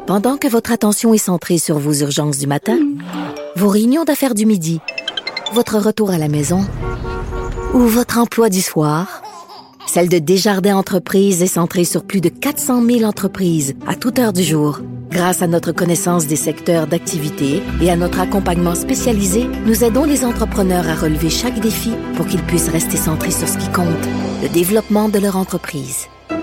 Pendant que votre attention est centrée sur vos urgences du matin, vos réunions d'affaires du midi, votre retour à la maison ou votre emploi du soir, celle de Desjardins Entreprises est centrée sur plus de 400 000 entreprises à toute heure du jour. Grâce à notre connaissance des secteurs d'activité et à notre accompagnement spécialisé, nous aidons les entrepreneurs à relever chaque défi pour qu'ils puissent rester centrés sur ce qui compte, le développement de leur entreprise.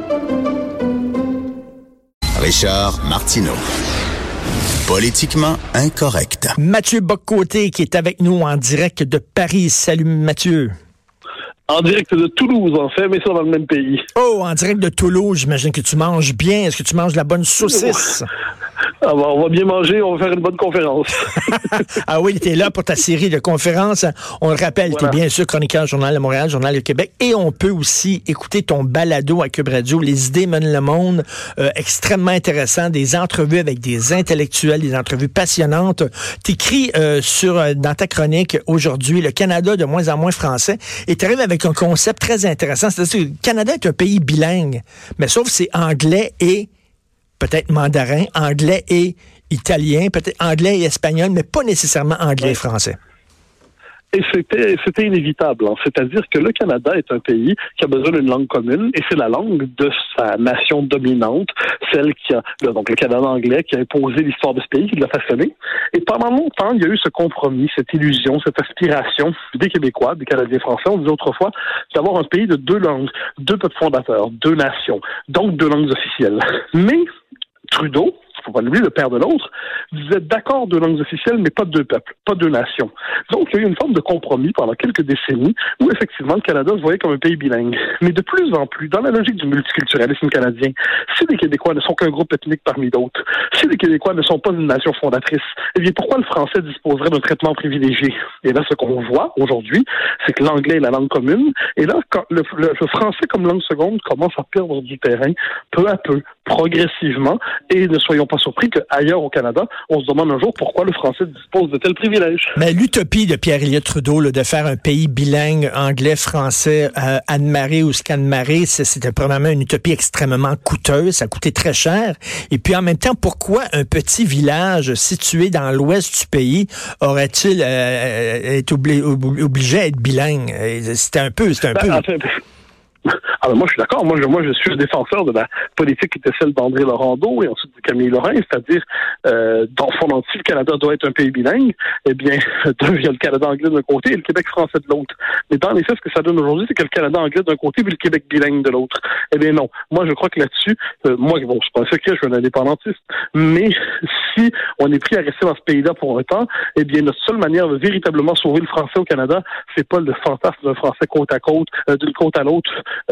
Richard Martineau. Politiquement incorrect. Mathieu Bock-Côté qui est avec nous en direct de Paris. Salut Mathieu. En direct de Toulouse, en fait, mais ça dans le même pays. Oh, en direct de Toulouse, j'imagine que tu manges bien. Est-ce que tu manges de la bonne saucisse? Ah bon, on va bien manger, on va faire une bonne conférence. Ah oui, tu es là pour ta série de conférences. On le rappelle, Voilà. tu es bien sûr chroniqueur Journal de Montréal, Journal de Québec, et on peut aussi écouter ton balado à Cube Radio, Les idées mènent le monde, extrêmement intéressant, des entrevues avec des intellectuels, des entrevues passionnantes. T'écris dans ta chronique aujourd'hui, le Canada de moins en moins français, et tu arrives avec un concept très intéressant, c'est-à-dire que le Canada est un pays bilingue, mais sauf c'est anglais et peut-être mandarin, anglais et italien, peut-être anglais et espagnol, mais pas nécessairement anglais et français. Et c'était inévitable. Hein. C'est-à-dire que le Canada est un pays qui a besoin d'une langue commune, et c'est la langue de sa nation dominante, celle qui a, donc le Canada anglais, qui a imposé l'histoire de ce pays, qui l'a façonné. Et pendant longtemps, il y a eu ce compromis, cette illusion, cette aspiration des Québécois, des Canadiens français, on disait autrefois, d'avoir un pays de deux langues, deux peuples fondateurs, deux nations, donc deux langues officielles. Mais Trudeau, faut pas l'oublier, le père de l'autre, disait d'accord deux langues officielles, mais pas deux peuples, pas deux nations. Donc, il y a eu une forme de compromis pendant quelques décennies où, effectivement, le Canada se voyait comme un pays bilingue. Mais de plus en plus, dans la logique du multiculturalisme canadien, si les Québécois ne sont qu'un groupe ethnique parmi d'autres, si les Québécois ne sont pas une nation fondatrice, eh bien, pourquoi le français disposerait d'un traitement privilégié? Et là, ce qu'on voit aujourd'hui, c'est que l'anglais est la langue commune. Et là, quand le français comme langue seconde commence à perdre du terrain, peu à peu, progressivement, et ne soyons pas surpris qu'ailleurs au Canada, on se demande un jour pourquoi le français dispose de tels privilèges. Mais l'utopie de Pierre-Éliott Trudeau là, de faire un pays bilingue anglais-français, Anne-Marie ou Scan-Marie, c'était probablement une utopie extrêmement coûteuse, ça coûtait très cher. Et puis en même temps, pourquoi un petit village situé dans l'ouest du pays aurait-il été obligé à être bilingue? C'était un peu... Alors moi, je suis d'accord. Moi, je suis un défenseur de la politique qui était celle d'André Laurando et ensuite de Camille Lorrain, c'est-à-dire, dans son entier, le Canada doit être un pays bilingue. Eh bien, il y a le Canada anglais d'un côté et le Québec français de l'autre. Mais dans les faits, ce que ça donne aujourd'hui, c'est que le Canada anglais d'un côté puis le Québec bilingue de l'autre. Eh bien non. Moi, je crois que là-dessus, moi, bon, c'est pas un secret, je suis un indépendantiste, mais si on est pris à rester dans ce pays-là pour un temps, eh bien, notre seule manière de véritablement sauver le français au Canada, c'est pas le fantasme d'un français côte à côte, d'une côte à l'autre,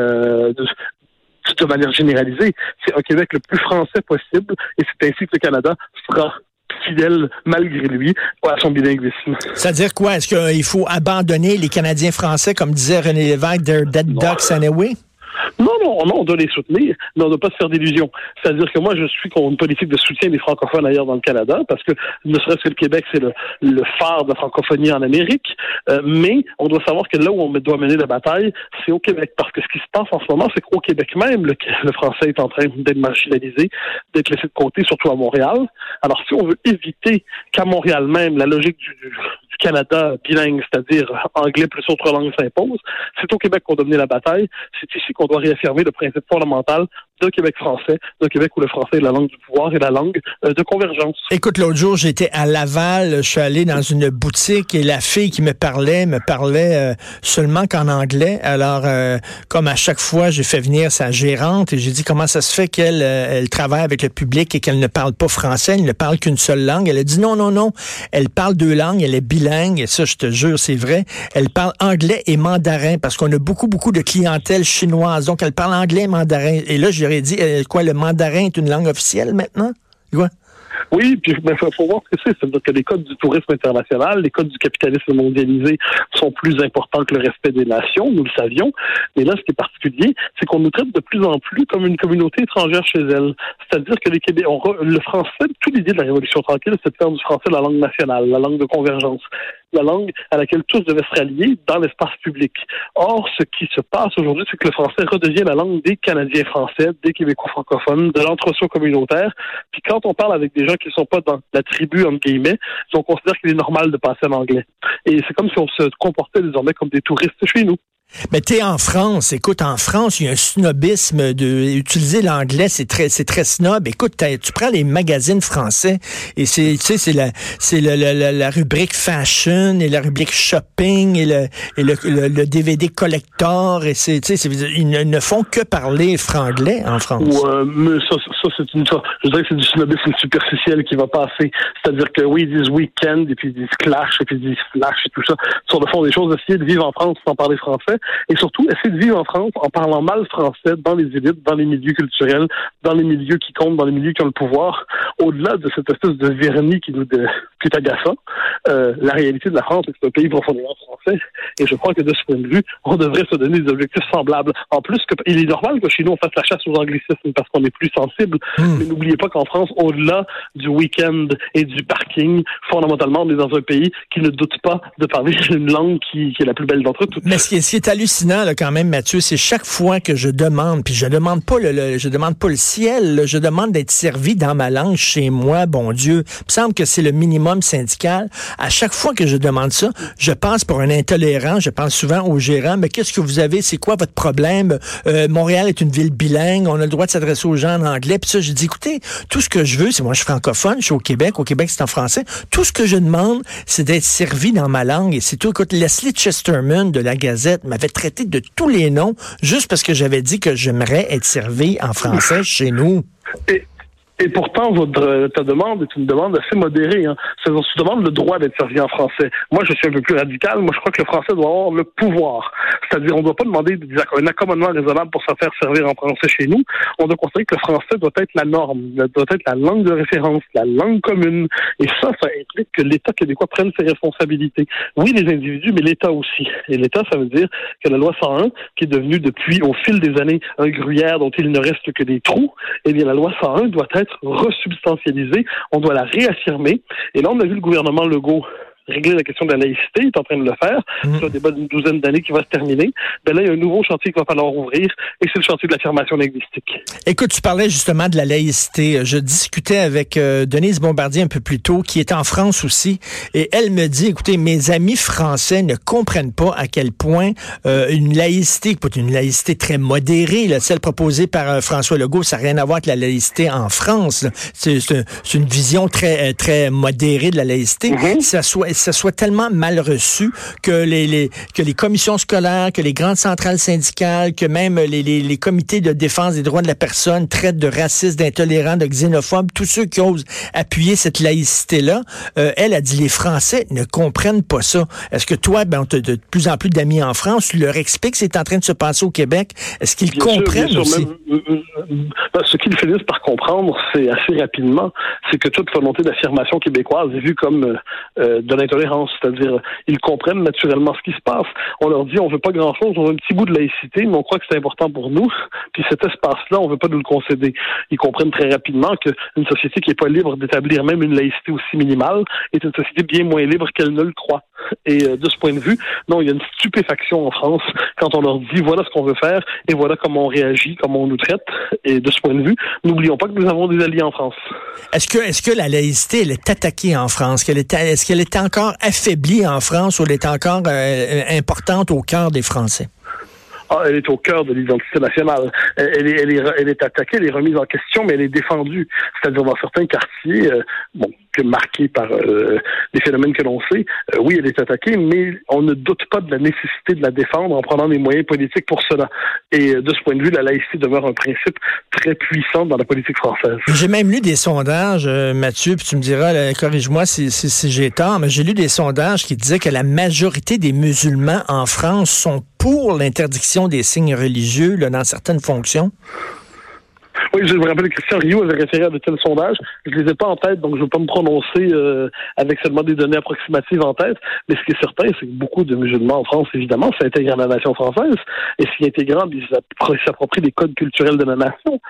de manière généralisée. C'est un Québec le plus français possible et c'est ainsi que le Canada sera fidèle, malgré lui, à son bilinguisme. C'est-à-dire quoi? Est-ce qu'il faut abandonner les Canadiens français, comme disait René Lévesque, they're dead ducks anyway? Non, on doit les soutenir, mais on ne doit pas se faire d'illusions. C'est-à-dire que moi, je suis contre une politique de soutien des francophones ailleurs dans le Canada, parce que ne serait-ce que le Québec, c'est le phare de la francophonie en Amérique, mais on doit savoir que là où on doit mener la bataille, c'est au Québec, parce que ce qui se passe en ce moment, c'est qu'au Québec même, le français est en train d'être marginalisé, d'être laissé de côté, surtout à Montréal. Alors, si on veut éviter qu'à Montréal même, la logique du Canada bilingue, c'est-à-dire anglais plus autre langue s'impose, c'est au Québec qu'on doit mener la bataille. C'est ici qu'on doit réaffirmer le principe fondamental d'un Québec français, d'un Québec où le français est la langue du pouvoir et la langue de convergence. Écoute, l'autre jour, j'étais à Laval, je suis allé dans une boutique et la fille qui me parlait seulement qu'en anglais. Alors, comme à chaque fois, j'ai fait venir sa gérante et j'ai dit comment ça se fait qu'elle elle travaille avec le public et qu'elle ne parle pas français, elle ne parle qu'une seule langue. Elle a dit non, elle parle deux langues, elle est bilingue, et ça, je te jure, c'est vrai. Elle parle anglais et mandarin parce qu'on a beaucoup de clientèle chinoise. Donc, elle parle anglais et mandarin. Et là, j'aurais dit, quoi, le mandarin est une langue officielle maintenant? Quoi? Oui, puis il faut voir ce que c'est. C'est-à-dire que les codes du tourisme international, les codes du capitalisme mondialisé sont plus importants que le respect des nations, nous le savions. Mais là, ce qui est particulier, c'est qu'on nous traite de plus en plus comme une communauté étrangère chez elle. C'est-à-dire que les Québécois, le français, toute l'idée de la Révolution tranquille, c'est de faire du français la langue nationale, la langue de convergence. la langue à laquelle tous devaient se rallier dans l'espace public. Or, ce qui se passe aujourd'hui, c'est que le français redevient la langue des Canadiens français, des Québécois francophones, de l'entre-soi communautaire. Puis quand on parle avec des gens qui ne sont pas dans la tribu, entre guillemets, on considère qu'il est normal de passer en anglais. Et c'est comme si on se comportait désormais comme des touristes chez nous. Mais t'es en France. Écoute, en France, il y a un snobisme de utiliser l'anglais, c'est très snob. Écoute, tu prends les magazines français et c'est la rubrique fashion et la rubrique shopping et le DVD collector et ils ne font que parler franglais en France. Ouais, mais ça je dirais que c'est du snobisme superficiel qui va passer. C'est-à-dire que oui, ils disent week-end et puis ils disent clash et puis ils disent flash et tout ça. Sur le fond des choses, essayer de vivre en France sans parler français. Et surtout, essayer de vivre en France en parlant mal français dans les élites, dans les milieux culturels, dans les milieux qui comptent, dans les milieux qui ont le pouvoir. Au-delà de cette espèce de vernis qui est agaçant, la réalité de la France, c'est que c'est un pays profondément français. Et je crois que de ce point de vue, on devrait se donner des objectifs semblables. En plus, il est normal que chez nous, on fasse la chasse aux anglicismes parce qu'on est plus sensible. Mais n'oubliez pas qu'en France, au-delà du week-end et du parking, fondamentalement, on est dans un pays qui ne doute pas de parler une langue qui est la plus belle d'entre toutes. Mais ce qui est hallucinant là, quand même, Mathieu, c'est chaque fois que je demande, puis je demande pas le ciel, là, je demande d'être servi dans ma langue chez moi, bon Dieu. Il me semble que c'est le minimum syndical. À chaque fois que je demande ça, je passe pour un intolérant, je pense souvent au gérant, mais qu'est-ce que vous avez, c'est quoi votre problème? Montréal est une ville bilingue, on a le droit de s'adresser aux gens en anglais, puis ça, je dis, écoutez, tout ce que je veux, c'est moi je suis francophone, je suis au Québec c'est en français, tout ce que je demande, c'est d'être servi dans ma langue, et c'est tout. Écoute, Leslie Chesterman de la Gazette m'avait traité de tous les noms, juste parce que j'avais dit que j'aimerais être servi en français chez nous. Et pourtant, ta demande est une demande assez modérée. Hein. C'est-à-dire, tu demandes le droit d'être servi en français. Moi, je suis un peu plus radical. Moi, je crois que le français doit avoir le pouvoir. C'est-à-dire, on ne doit pas demander un accommodement raisonnable pour se faire servir en français chez nous. On doit considérer que le français doit être la norme, doit être la langue de référence, la langue commune. Et ça implique que l'État québécois prenne ses responsabilités. Oui, les individus, mais l'État aussi. Et l'État, ça veut dire que la loi 101, qui est devenue depuis, au fil des années, un gruyère dont il ne reste que des trous, eh bien, la loi 101 doit être resubstantialisée, on doit la réaffirmer. Et là, on a vu le gouvernement Legault régler la question de la laïcité, il est en train de le faire. C'est un débat d'une douzaine d'années qui va se terminer. Ben là, il y a un nouveau chantier qu'il va falloir ouvrir, et c'est le chantier de l'affirmation linguistique. Écoute, tu parlais justement de la laïcité. Je discutais avec Denise Bombardier un peu plus tôt, qui est en France aussi, et elle me dit, écoutez, mes amis français ne comprennent pas à quel point une laïcité très modérée, là, celle proposée par François Legault, ça n'a rien à voir avec la laïcité en France. C'est une vision très, très modérée de la laïcité. Ça soit tellement mal reçu que les commissions scolaires, que les grandes centrales syndicales, que même les comités de défense des droits de la personne traitent de racistes, d'intolérants, de xénophobes, tous ceux qui osent appuyer cette laïcité-là. Elle a dit, les Français ne comprennent pas ça. Est-ce que toi, tu as de plus en plus d'amis en France, tu leur expliques que c'est en train de se passer au Québec? Est-ce qu'ils comprennent aussi? Ce qu'ils finissent par comprendre, c'est assez rapidement, c'est que toute volonté d'affirmation québécoise est vue comme de l'intolérance, c'est-à-dire ils comprennent naturellement ce qui se passe. On leur dit on veut pas grand-chose, on veut un petit bout de laïcité, mais on croit que c'est important pour nous, puis cet espace-là, on veut pas nous le concéder. Ils comprennent très rapidement qu'une société qui est pas libre d'établir même une laïcité aussi minimale est une société bien moins libre qu'elle ne le croit. Et de ce point de vue, non, il y a une stupéfaction en France quand on leur dit voilà ce qu'on veut faire et voilà comment on réagit, comment on nous traite. Et de ce point de vue, n'oublions pas que nous avons des alliés en France. Est-ce que la laïcité, elle est attaquée en France? Est-ce qu'elle est encore affaiblie en France ou elle est encore importante au cœur des Français? Elle est au cœur de l'identité nationale. Elle est attaquée, elle est remise en question, mais elle est défendue. C'est-à-dire dans certains quartiers, marqués par les phénomènes que l'on sait, oui, elle est attaquée, mais on ne doute pas de la nécessité de la défendre en prenant des moyens politiques pour cela. Et de ce point de vue, la laïcité demeure un principe très puissant dans la politique française. J'ai même lu des sondages, Mathieu, puis tu me diras, corrige-moi si j'ai tort, mais j'ai lu des sondages qui disaient que la majorité des musulmans en France sont pour l'interdiction des signes religieux là, dans certaines fonctions. Oui, je me rappelle que Christian Rioux avait référé à de tels sondages. Je les ai pas en tête, donc je ne veux pas me prononcer avec seulement des données approximatives en tête. Mais ce qui est certain, c'est que beaucoup de musulmans en France, évidemment, s'intègrent à la nation française. Et s'y intégrant, ils s'approprient des codes culturels de la nation.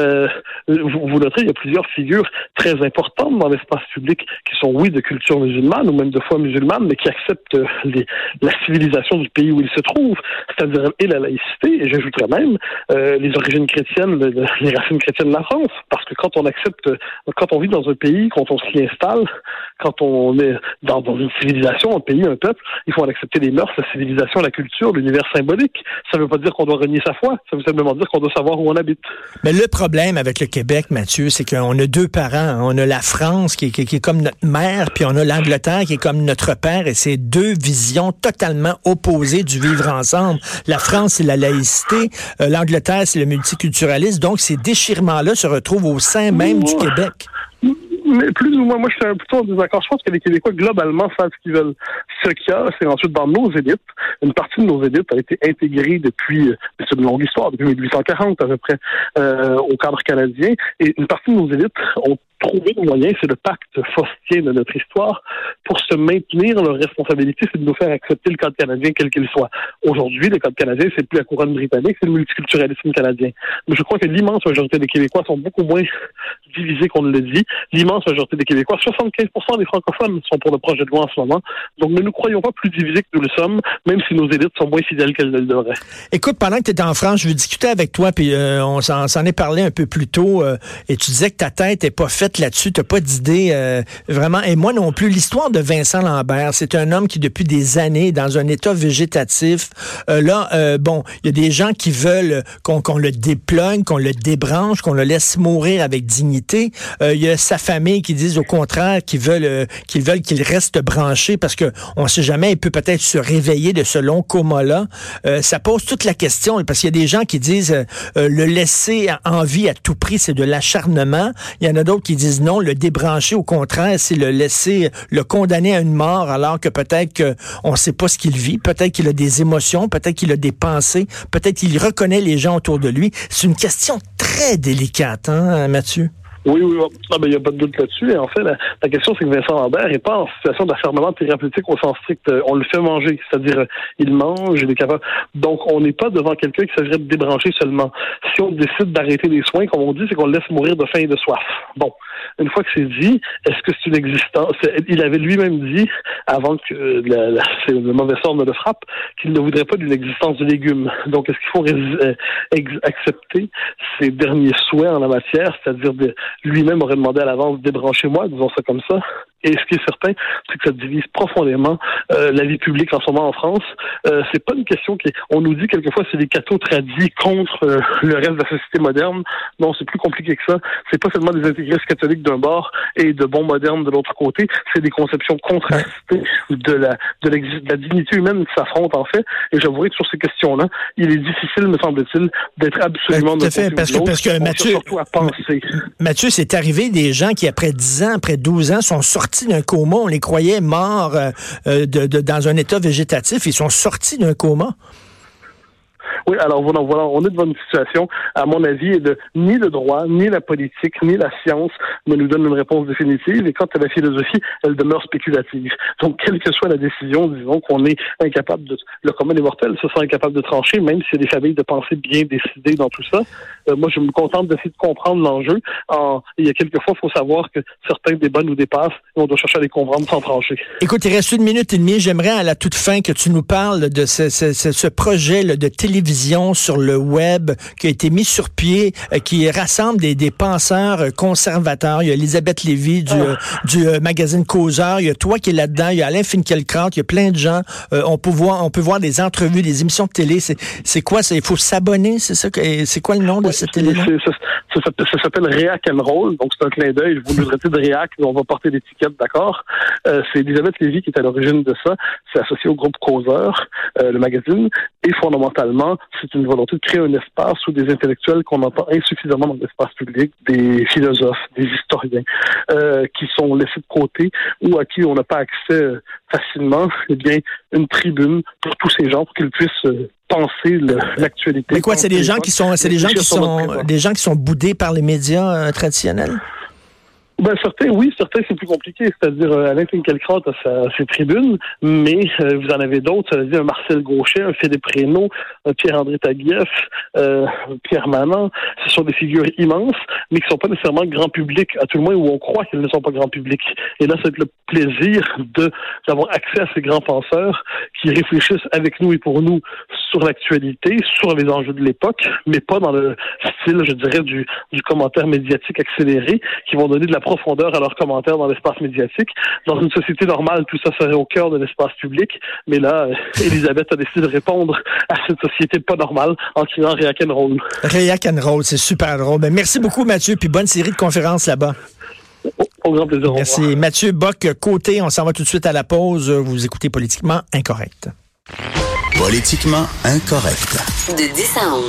Vous noterez, il y a plusieurs figures très importantes dans l'espace public qui sont, oui, de culture musulmane ou même de foi musulmane, mais qui acceptent la civilisation du pays où ils se trouvent, c'est-à-dire et la laïcité, et j'ajouterais même les origines chrétiennes, les racines chrétiennes de la France, parce que quand on vit dans un pays, quand on s'y installe, quand on est dans une civilisation, un pays, un peuple, il faut en accepter les mœurs, la civilisation, la culture, l'univers symbolique. Ça ne veut pas dire qu'on doit renier sa foi, ça veut simplement dire qu'on doit savoir où on habite. Mais le problème avec le Québec, Mathieu, c'est qu'on a deux parents. On a la France qui est comme notre mère, puis on a l'Angleterre qui est comme notre père, et c'est deux visions totalement opposées du vivre ensemble. La France, c'est la laïcité, l'Angleterre, c'est le multiculturalisme, donc ces déchirements-là se retrouvent au sein même du Québec. Mais plus ou moins, moi je suis plutôt en désaccord. Je pense que les Québécois, globalement, savent ce qu'ils veulent. Ce qu'il y a, c'est ensuite dans nos élites. Une partie de nos élites a été intégrée depuis, c'est une longue histoire, depuis 1840 à peu près, au cadre canadien. Et une partie de nos élites ont trouvé le moyen, c'est le pacte faustien de notre histoire, pour se maintenir leur responsabilité, c'est de nous faire accepter le cadre canadien quel qu'il soit. Aujourd'hui, le cadre canadien, c'est plus la couronne britannique, c'est le multiculturalisme canadien. Mais je crois que l'immense majorité des Québécois sont beaucoup moins divisés qu'on ne le dit. L'immense majorité des Québécois, 75% des francophones sont pour le projet de loi en ce moment. Donc ne nous croyons pas plus divisés que nous le sommes, même si nos élites sont moins fidèles qu'elles ne le devraient. Écoute, pendant que tu étais en France, je veux discuter avec toi, puis on s'en est parlé un peu plus tôt, et tu disais que ta tête n'est pas faite là-dessus, tu n'as pas d'idée vraiment, et moi non plus. L'histoire de Vincent Lambert, c'est un homme qui, depuis des années, est dans un état végétatif. Bon, il y a des gens qui veulent qu'on le déplugue, qu'on le débranche, qu'on le laisse mourir avec dignité. Il y a sa famille qui disent au contraire qu'ils veulent qu'il reste branché parce que on sait jamais, il peut peut-être se réveiller de ce long coma-là. Ça pose toute la question, parce qu'il y a des gens qui disent le laisser en vie à tout prix, c'est de l'acharnement. Il y en a d'autres qui disent non, le débrancher, au contraire, c'est le laisser, le condamner à une mort, alors que peut-être qu'on ne sait pas ce qu'il vit, peut-être qu'il a des émotions, peut-être qu'il a des pensées, peut-être qu'il reconnaît les gens autour de lui. C'est une question très délicate, hein, Mathieu? Oui, il n'y a pas de doute là-dessus. Et en fait, la question, c'est que Vincent Lambert n'est pas en situation d'acharnement thérapeutique au sens strict. On le fait manger, c'est-à-dire il mange, il est capable. Donc, on n'est pas devant quelqu'un qui s'agirait de débrancher seulement. Si on décide d'arrêter les soins, comme on dit, c'est qu'on le laisse mourir de faim et de soif. Bon, une fois que c'est dit, est-ce que c'est une existence? Il avait lui-même dit, avant que le mauvais sort ne le frappe, qu'il ne voudrait pas d'une existence de légumes. Donc, est-ce qu'il faut accepter ses derniers souhaits en la matière, c'est-à-dire lui-même aurait demandé à l'avance débranchez-moi, disons ça comme ça. Et ce qui est certain, c'est que ça divise profondément la vie publique en ce moment en France. C'est pas une question on nous dit quelquefois c'est des cathos tradis contre le reste de la société moderne. Non, c'est plus compliqué que ça. C'est pas seulement des intégristes catholiques d'un bord et de bons modernes de l'autre côté. C'est des conceptions contrastées de la dignité humaine qui s'affrontent en fait. Et j'avouerai que sur ces questions-là, il est difficile, me semble-t-il, d'être absolument tout à fait, parce que Mathieu, c'est arrivé des gens qui après 10 ans, après 12 ans, sont sortis d'un coma. On les croyait morts dans un état végétatif. Ils sont sortis d'un coma. Oui, alors voilà, on est devant une situation, à mon avis, ni le droit, ni la politique, ni la science ne nous donnent une réponse définitive, et quant à la philosophie, elle demeure spéculative. Donc, quelle que soit la décision, disons qu'on est incapable le commun des mortels se sent incapable de trancher, même s'il y a des familles de pensée bien décidées dans tout ça. Moi, je me contente d'essayer de comprendre l'enjeu. Il y a quelquefois, il faut savoir que certains débats nous dépassent, et on doit chercher à les comprendre sans trancher. Écoute, il reste 1 minute et demie. J'aimerais à la toute fin que tu nous parles de ce projet là, de télévision sur le web qui a été mis sur pied, qui rassemble des penseurs conservateurs. Il y a Elisabeth Lévy du magazine Causeur. Il y a toi qui es là-dedans. Il y a Alain Finkielkraut. Il y a plein de gens. On peut voir des entrevues, des émissions de télé. C'est quoi? Il faut s'abonner, c'est ça? C'est quoi le nom de cette télé-là? Ça s'appelle Réac and Roll. Donc, c'est un clin d'œil. Je vous le traiter de Réac. On va porter l'étiquette, d'accord? C'est Elisabeth Lévy qui est à l'origine de ça. C'est associé au groupe Causeur, le magazine. Et fondamentalement, vraiment, c'est une volonté de créer un espace où des intellectuels qu'on entend insuffisamment dans l'espace public, des philosophes, des historiens, qui sont laissés de côté ou à qui on n'a pas accès facilement, eh bien, une tribune pour tous ces gens pour qu'ils puissent penser l'actualité. Mais quoi, c'est des gens qui sont boudés par les médias traditionnels? Ben, certains, oui, certains, c'est plus compliqué. C'est-à-dire, Alain Finkielkraut a ses tribunes, mais vous en avez d'autres, c'est-à-dire un Marcel Gauchet, un Philippe Reynaud, un Pierre-André Taguieff, Pierre Manant. Ce sont des figures immenses, mais qui ne sont pas nécessairement grand public, à tout le moins où on croit qu'elles ne sont pas grand public. Et là, c'est le plaisir d'avoir accès à ces grands penseurs qui réfléchissent avec nous et pour nous sur l'actualité, sur les enjeux de l'époque, mais pas dans le style, je dirais, du commentaire médiatique accéléré, qui vont donner de la profondeur à leurs commentaires dans l'espace médiatique. Dans une société normale, tout ça serait au cœur de l'espace public, mais là, Elisabeth a décidé de répondre à cette société pas normale en criant Réac-and-Roll. Réac-and-Roll, c'est super drôle. Ben, merci beaucoup, Mathieu, puis bonne série de conférences là-bas. Au grand plaisir. Merci. Mathieu Bock-Côté, on s'en va tout de suite à la pause. Vous écoutez Politiquement Incorrect. Politiquement Incorrect. De 10 à 11.